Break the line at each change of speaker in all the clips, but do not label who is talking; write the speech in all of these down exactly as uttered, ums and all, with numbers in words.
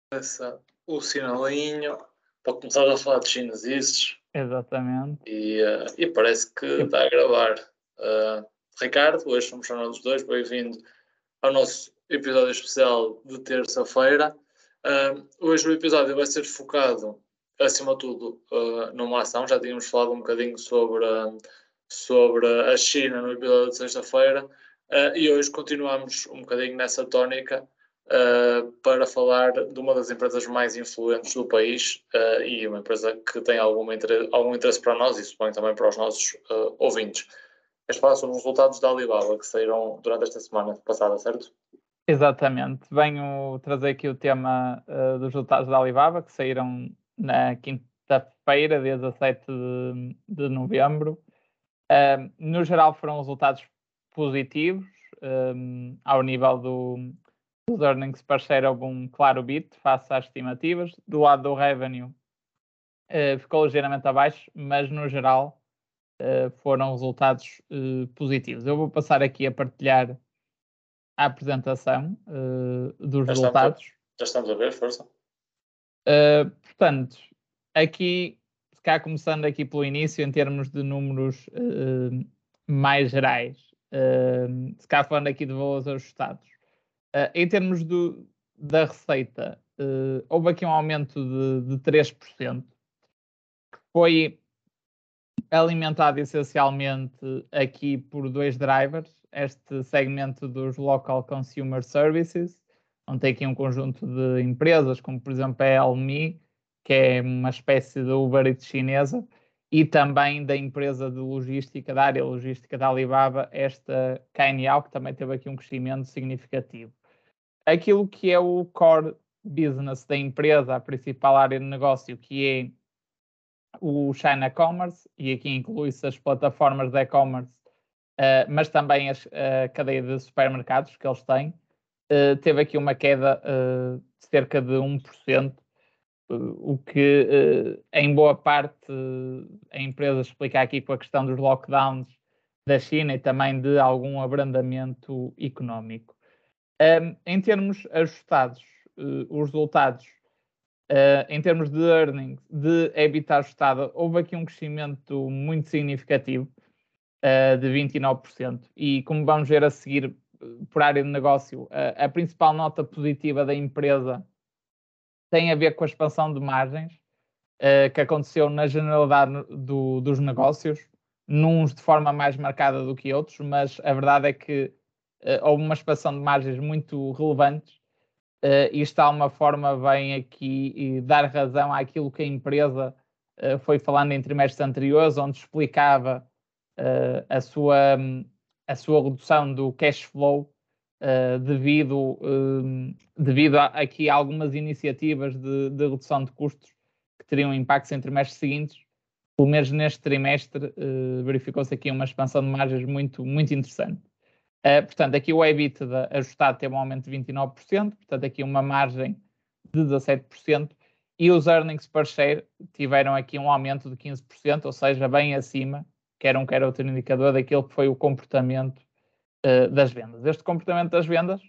Essa, o sinalinho para começar a falar de chineses
Exatamente.
e, uh, e parece que está a gravar. Uh, Ricardo, hoje somos nós os dois, bem-vindo ao nosso episódio especial de terça-feira. Uh, hoje o episódio vai ser focado, acima de tudo, uh, numa ação. Já tínhamos falado um bocadinho sobre, uh, sobre a China no episódio de sexta-feira uh, e hoje continuamos um bocadinho nessa tónica. Uh, para falar de uma das empresas mais influentes do país uh, e uma empresa que tem algum interesse, algum interesse para nós e suponho também para os nossos uh, ouvintes. Queres falar sobre os resultados da Alibaba que saíram durante esta semana passada, certo?
Exatamente. Venho trazer aqui o tema uh, dos resultados da Alibaba que saíram na quinta-feira, dia dezassete de, de novembro. Uh, no geral foram resultados positivos, um, ao nível do, dos earnings per share houve um claro beat face às estimativas. Do lado do revenue uh, ficou ligeiramente abaixo, mas no geral uh, foram resultados uh, positivos. Eu vou passar aqui a partilhar a apresentação uh, dos
já
resultados.
Estamos a, já estamos a ver, força.
Uh, portanto, aqui, se cá começando aqui pelo início, em termos de números uh, mais gerais, uh, se cá falando aqui de valores ajustados, uh, em termos do, da receita, uh, houve aqui um aumento de, de três por cento, que foi alimentado essencialmente aqui por dois drivers, este segmento dos Local Consumer Services, onde tem aqui um conjunto de empresas, como por exemplo a Elmi, que é uma espécie de Uber Eats chinesa, e também da empresa de logística, da área logística da Alibaba, esta Cainiao, que também teve aqui um crescimento significativo. Aquilo que é o core business da empresa, a principal área de negócio, que é o China Commerce, e aqui inclui-se as plataformas de e-commerce, uh, mas também as, a cadeia de supermercados que eles têm, uh, teve aqui uma queda uh, de cerca de um por cento, uh, o que uh, em boa parte uh, a empresa explica aqui com a questão dos lockdowns da China e também de algum abrandamento económico. Um, em termos ajustados, uh, os resultados Uh, em termos de earnings, de EBITDA ajustada, houve aqui um crescimento muito significativo, uh, de vinte e nove por cento. E como vamos ver a seguir, por área de negócio, uh, a principal nota positiva da empresa tem a ver com a expansão de margens, uh, que aconteceu na generalidade do, dos negócios, uns de forma mais marcada do que outros, mas a verdade é que uh, houve uma expansão de margens muito relevante. Uh, isto de alguma forma vem aqui dar razão àquilo que a empresa uh, foi falando em trimestres anteriores, onde explicava uh, a, sua, a sua redução do cash flow uh, devido, uh, devido a, aqui a algumas iniciativas de, de redução de custos que teriam impactos em trimestres seguintes. Pelo menos neste trimestre uh, verificou-se aqui uma expansão de margens muito, muito interessante. Uh, portanto, aqui o EBITDA ajustado teve um aumento de vinte e nove por cento, portanto, aqui uma margem de dezassete por cento, e os earnings per share tiveram aqui um aumento de quinze por cento, ou seja, bem acima, quer um quer outro indicador, daquilo que foi o comportamento uh, das vendas. Este comportamento das vendas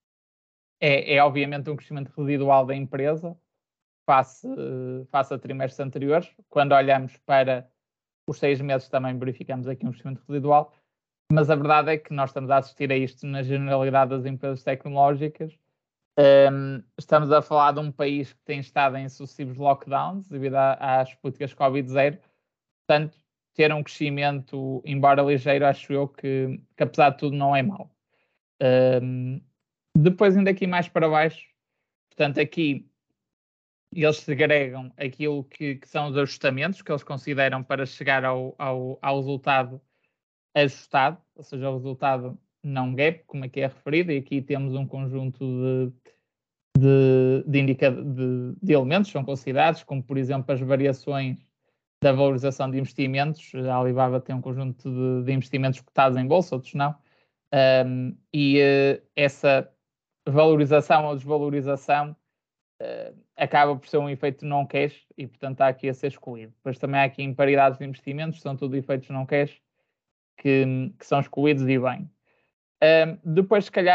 é, é, obviamente, um crescimento residual da empresa face, uh, face a trimestres anteriores. Quando olhamos para os seis meses, também verificamos aqui um crescimento residual. Mas a verdade é que nós estamos a assistir a isto na generalidade das empresas tecnológicas. Um, estamos a falar de um país que tem estado em sucessivos lockdowns devido a, às políticas Covid zero. Portanto, ter um crescimento, embora ligeiro, acho eu que, que apesar de tudo não é mau. Um, depois, ainda aqui mais para baixo, portanto, aqui eles segregam aquilo que, que são os ajustamentos que eles consideram para chegar ao, ao, ao resultado ajustado, ou seja, o resultado não gap, como aqui é referido, e aqui temos um conjunto de, de, de, indica, de, de elementos que são considerados, como por exemplo as variações da valorização de investimentos. A Alibaba tem um conjunto de, de investimentos cotados em bolsa, outros não, um, e uh, essa valorização ou desvalorização uh, acaba por ser um efeito non-cash e portanto está aqui a ser excluído. Depois também há aqui imparidades de investimentos, são tudo efeitos non-cash, Que, que são excluídos e bem. Um, depois, se calhar,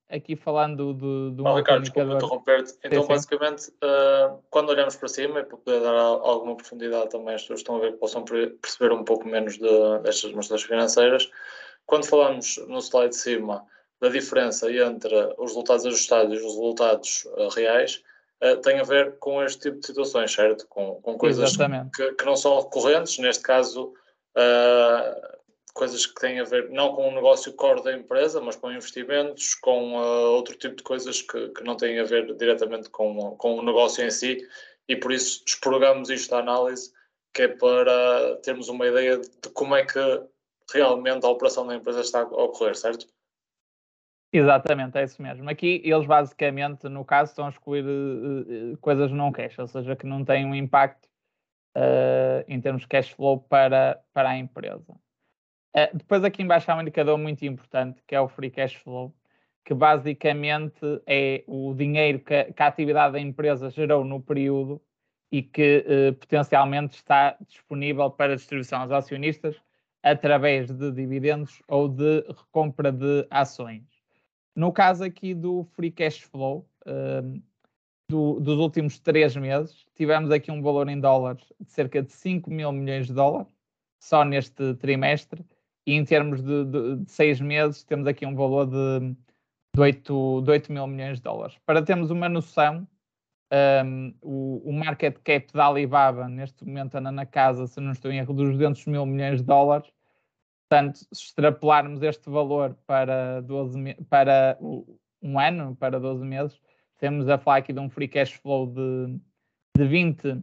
aqui falando de, de um
oh,
outro
Ricardo, desculpa
indicador.
interromper-te. Então,
sim,
basicamente, uh, quando olhamos para cima, e para poder dar alguma profundidade também, as pessoas estão a ver que possam perceber um pouco menos de, destas mostras financeiras. Quando falamos no slide de cima da diferença entre os resultados ajustados e os resultados uh, reais, uh, tem a ver com este tipo de situações, certo? Com, com coisas que, que não são recorrentes, neste caso, uh, coisas que têm a ver não com o negócio core da empresa, mas com investimentos, com uh, outro tipo de coisas que, que não têm a ver diretamente com, com o negócio em si, e por isso expurgamos isto da análise, que é para termos uma ideia de como é que realmente a operação da empresa está a ocorrer, certo?
Exatamente, é isso mesmo. Aqui eles basicamente, no caso, estão a excluir uh, coisas não cash, ou seja, que não têm um impacto uh, em termos de cash flow para, para a empresa. Uh, depois aqui embaixo há um indicador muito importante, que é o free cash flow, que basicamente é o dinheiro que a, que a atividade da empresa gerou no período e que uh, potencialmente está disponível para distribuição aos acionistas através de dividendos ou de recompra de ações. No caso aqui do free cash flow, uh, do, dos últimos três meses, tivemos aqui um valor em dólares de cerca de cinco mil milhões de dólares, só neste trimestre, e em termos de, de, de seis meses, temos aqui um valor de, de, oito, de oito mil milhões de dólares. Para termos uma noção, um, o, o market cap da Alibaba, neste momento, anda na casa, se não estou em erro, dos duzentos mil milhões de dólares. Portanto, se extrapolarmos este valor para, doze, para um ano, para doze meses, temos a falar aqui de um free cash flow de, de vinte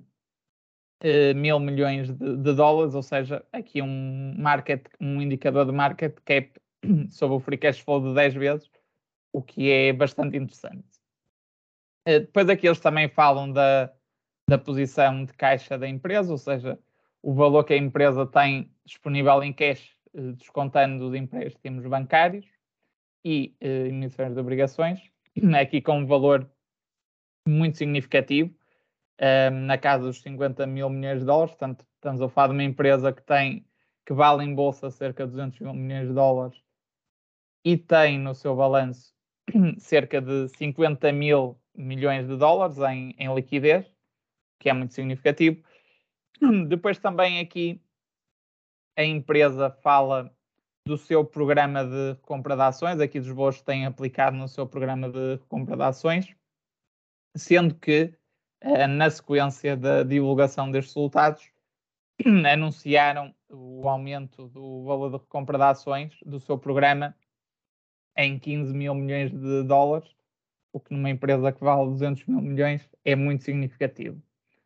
mil milhões de, de dólares, ou seja, aqui um, market, um indicador de market cap sobre o free cash flow de dez vezes, o que é bastante interessante. Depois aqui eles também falam da, da posição de caixa da empresa, ou seja, o valor que a empresa tem disponível em cash, descontando os empréstimos bancários e eh, emissões de obrigações, aqui com um valor muito significativo, eh, na casa dos cinquenta mil milhões de dólares. Portanto, estamos a falar de uma empresa que tem, que vale em bolsa cerca de duzentos mil milhões de dólares e tem no seu balanço cerca de cinquenta mil milhões de dólares em, em liquidez, que é muito significativo. Depois também aqui a empresa fala do seu programa de compra de ações, aqui dos valores que têm aplicado no seu programa de compra de ações, sendo que na sequência da divulgação destes resultados anunciaram o aumento do valor de recompra de ações do seu programa em quinze mil milhões de dólares, o que numa empresa que vale duzentos mil milhões é muito significativo.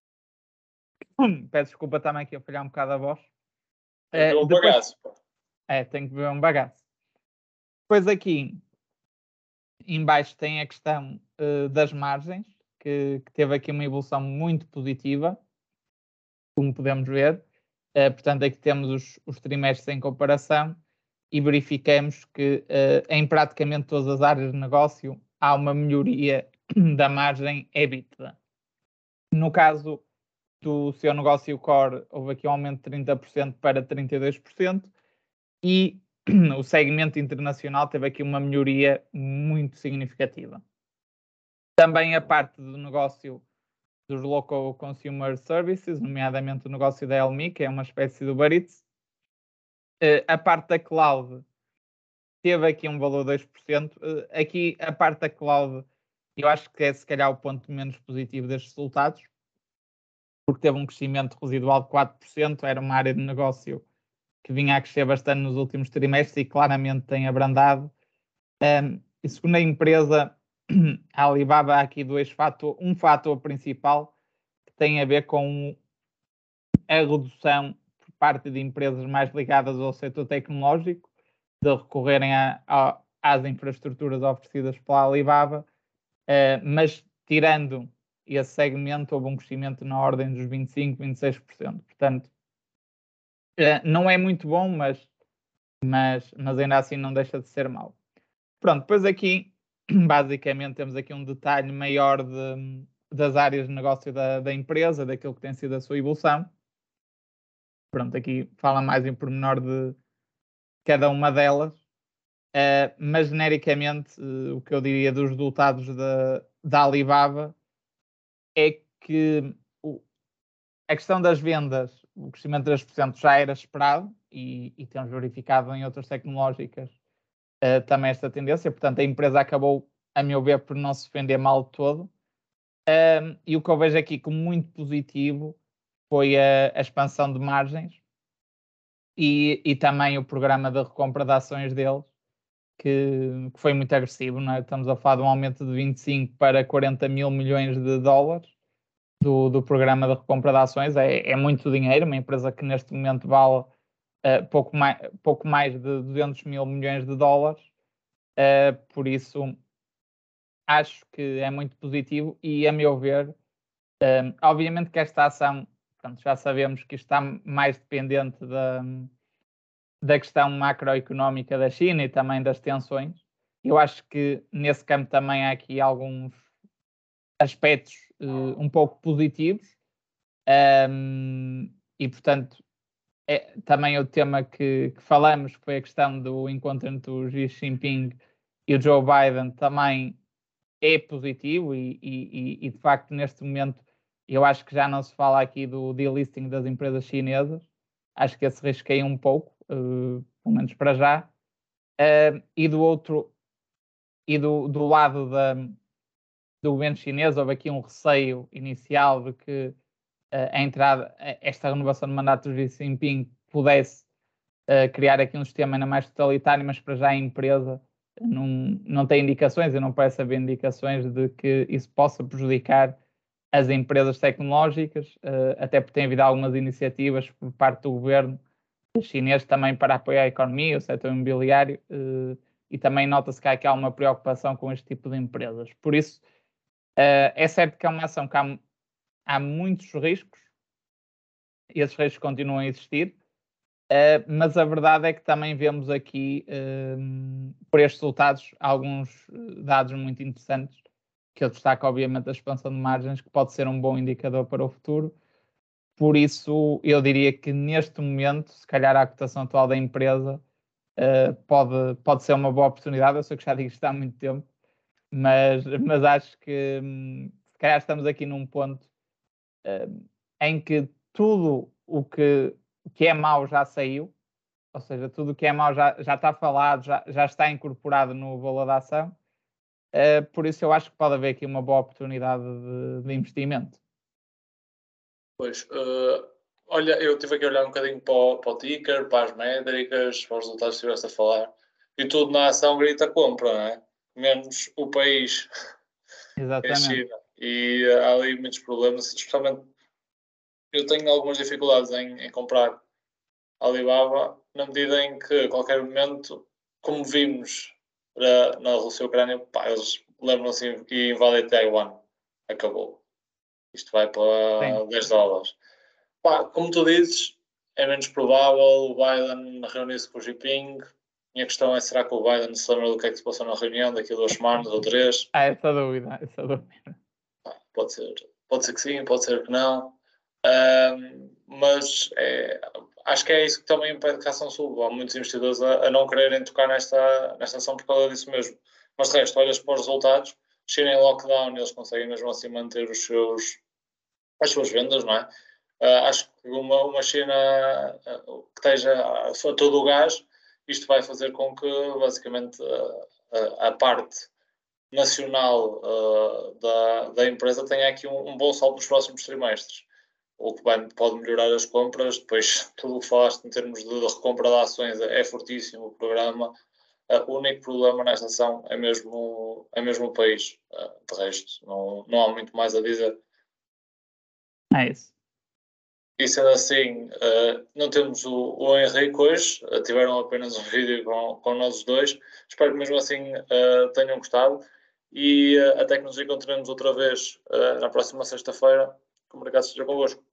Peço desculpa também aqui a falhar um bocado a voz.
É, um depois, bagaço.
É, tem que beber um bagaço. Depois aqui em baixo tem a questão uh, das margens, que, que teve aqui uma evolução muito positiva, como podemos ver. Uh, portanto, aqui temos os, os trimestres em comparação e verificamos que uh, em praticamente todas as áreas de negócio há uma melhoria da margem EBITDA. No caso do seu negócio core, houve aqui um aumento de trinta por cento para trinta e dois por cento e o segmento internacional teve aqui uma melhoria muito significativa. Também a parte do negócio dos Local Consumer Services, nomeadamente o negócio da Elmi, que é uma espécie do Uber Eats. A parte da cloud teve aqui um valor de dois por cento. Aqui a parte da cloud, eu acho que é se calhar o ponto menos positivo destes resultados, porque teve um crescimento residual de quatro por cento, era uma área de negócio que vinha a crescer bastante nos últimos trimestres e claramente tem abrandado. Um, e segundo a empresa, a Alibaba há aqui dois fatores, um fator principal que tem a ver com a redução por parte de empresas mais ligadas ao setor tecnológico, de recorrerem a, a, às infraestruturas oferecidas pela Alibaba, uh, mas tirando esse segmento, houve um crescimento na ordem dos vinte e cinco, vinte e seis por cento. Portanto, uh, não é muito bom, mas, mas, mas ainda assim não deixa de ser mau. Pronto, depois aqui, basicamente, temos aqui um detalhe maior de, das áreas de negócio da, da empresa, daquilo que tem sido a sua evolução. Pronto, aqui fala mais em pormenor de cada uma delas. Uh, mas genericamente uh, o que eu diria dos resultados da, da Alibaba é que o, a questão das vendas, o crescimento de três por cento já era esperado e, e temos verificado em outras tecnológicas uh, também esta tendência, portanto a empresa acabou, a meu ver, por não se vender mal todo. Um, e o que eu vejo aqui como muito positivo foi a, a expansão de margens e, e também o programa de recompra de ações deles, que, que foi muito agressivo, não é? Estamos a falar de um aumento de vinte e cinco para quarenta mil milhões de dólares do, do programa de recompra de ações. É, é muito dinheiro, uma empresa que neste momento vale uh, pouco, mais, pouco mais de duzentos mil milhões de dólares, uh, por isso acho que é muito positivo e, a meu ver, um, obviamente que esta ação, portanto, já sabemos que está mais dependente da, da questão macroeconómica da China e também das tensões. Eu acho que nesse campo também há aqui alguns aspectos uh, um pouco positivos um, e, portanto, é, também o tema que, que falamos foi a questão do encontro entre o Xi Jinping e o Joe Biden também é positivo e, e, e, de facto neste momento eu acho que já não se fala aqui do delisting das empresas chinesas, acho que esse risco caiu um pouco, uh, pelo menos para já, uh, e do outro, e do, do lado da, do governo chinês houve aqui um receio inicial de que uh, a entrada, esta renovação de mandato do Xi Jinping pudesse uh, criar aqui um sistema ainda mais totalitário, mas para já a empresa não, não tem indicações e não parece haver indicações de que isso possa prejudicar as empresas tecnológicas, uh, até porque tem havido algumas iniciativas por parte do governo chinês também para apoiar a economia, o setor imobiliário, uh, e também nota-se que há aqui alguma preocupação com este tipo de empresas. Por isso, uh, é certo que é uma ação que há, há muitos riscos, e esses riscos continuam a existir, Uh, mas a verdade é que também vemos aqui, uh, por estes resultados, alguns dados muito interessantes, que eu destaco, obviamente, a expansão de margens, que pode ser um bom indicador para o futuro. Por isso, eu diria que neste momento, se calhar a cotação atual da empresa uh, pode, pode ser uma boa oportunidade. Eu sei que já digo isto há muito tempo, mas, mas acho que um, se calhar estamos aqui num ponto uh, em que tudo o que o que é mau já saiu, ou seja, tudo o que é mau já, já está falado, já, já está incorporado no valor da ação, uh, por isso eu acho que pode haver aqui uma boa oportunidade de, de investimento.
Pois, uh, olha, eu tive aqui a olhar um bocadinho para o, para o ticker, para as métricas, para os resultados que estiveste a falar, e tudo na ação grita compra, não é? Menos o país,
Exatamente.
é a China. E uh, há ali muitos problemas, especialmente eu tenho algumas dificuldades em, em comprar Alibaba, na medida em que a qualquer momento, como vimos na, na Rússia-Ucrânia, pá, eles lembram-se e invadem Taiwan. Acabou. Isto vai para
Sim.
dez dólares. Pá, como tu dizes, é menos provável o Biden reunir-se com o Jinping. Minha questão é, será que o Biden se lembra do que é que se passou na reunião daqui a duas semanas ou três?
Há essa dúvida, essa dúvida.
Pode ser, pode ser que sim, pode ser que não. Um, mas é, acho que é isso que também impede que a ação suba. Há muitos investidores a, a não quererem tocar nesta, nesta ação por causa disso mesmo. Mas de resto, olhas para os resultados, China em lockdown, eles conseguem mesmo assim manter os seus, as suas vendas, não é? Uh, acho que uma, uma China uh, que esteja a, a todo o gás, isto vai fazer com que basicamente uh, uh, a parte nacional uh, da, da empresa tenha aqui um, um bom salto nos próximos trimestres, o que vai, pode melhorar as compras. Depois, tudo o que falaste em termos de, de recompra de ações é, é fortíssimo o programa. Uh, o único problema nesta ação é mesmo, é mesmo o país. Uh, de resto, não, não há muito mais a dizer.
É isso.
E sendo assim, uh, não temos o, o Henrique hoje, uh, tiveram apenas um vídeo com, com nós dois. Espero que mesmo assim uh, tenham gostado e uh, até que nos encontremos outra vez uh, na próxima sexta-feira. Que o mercado seja convosco.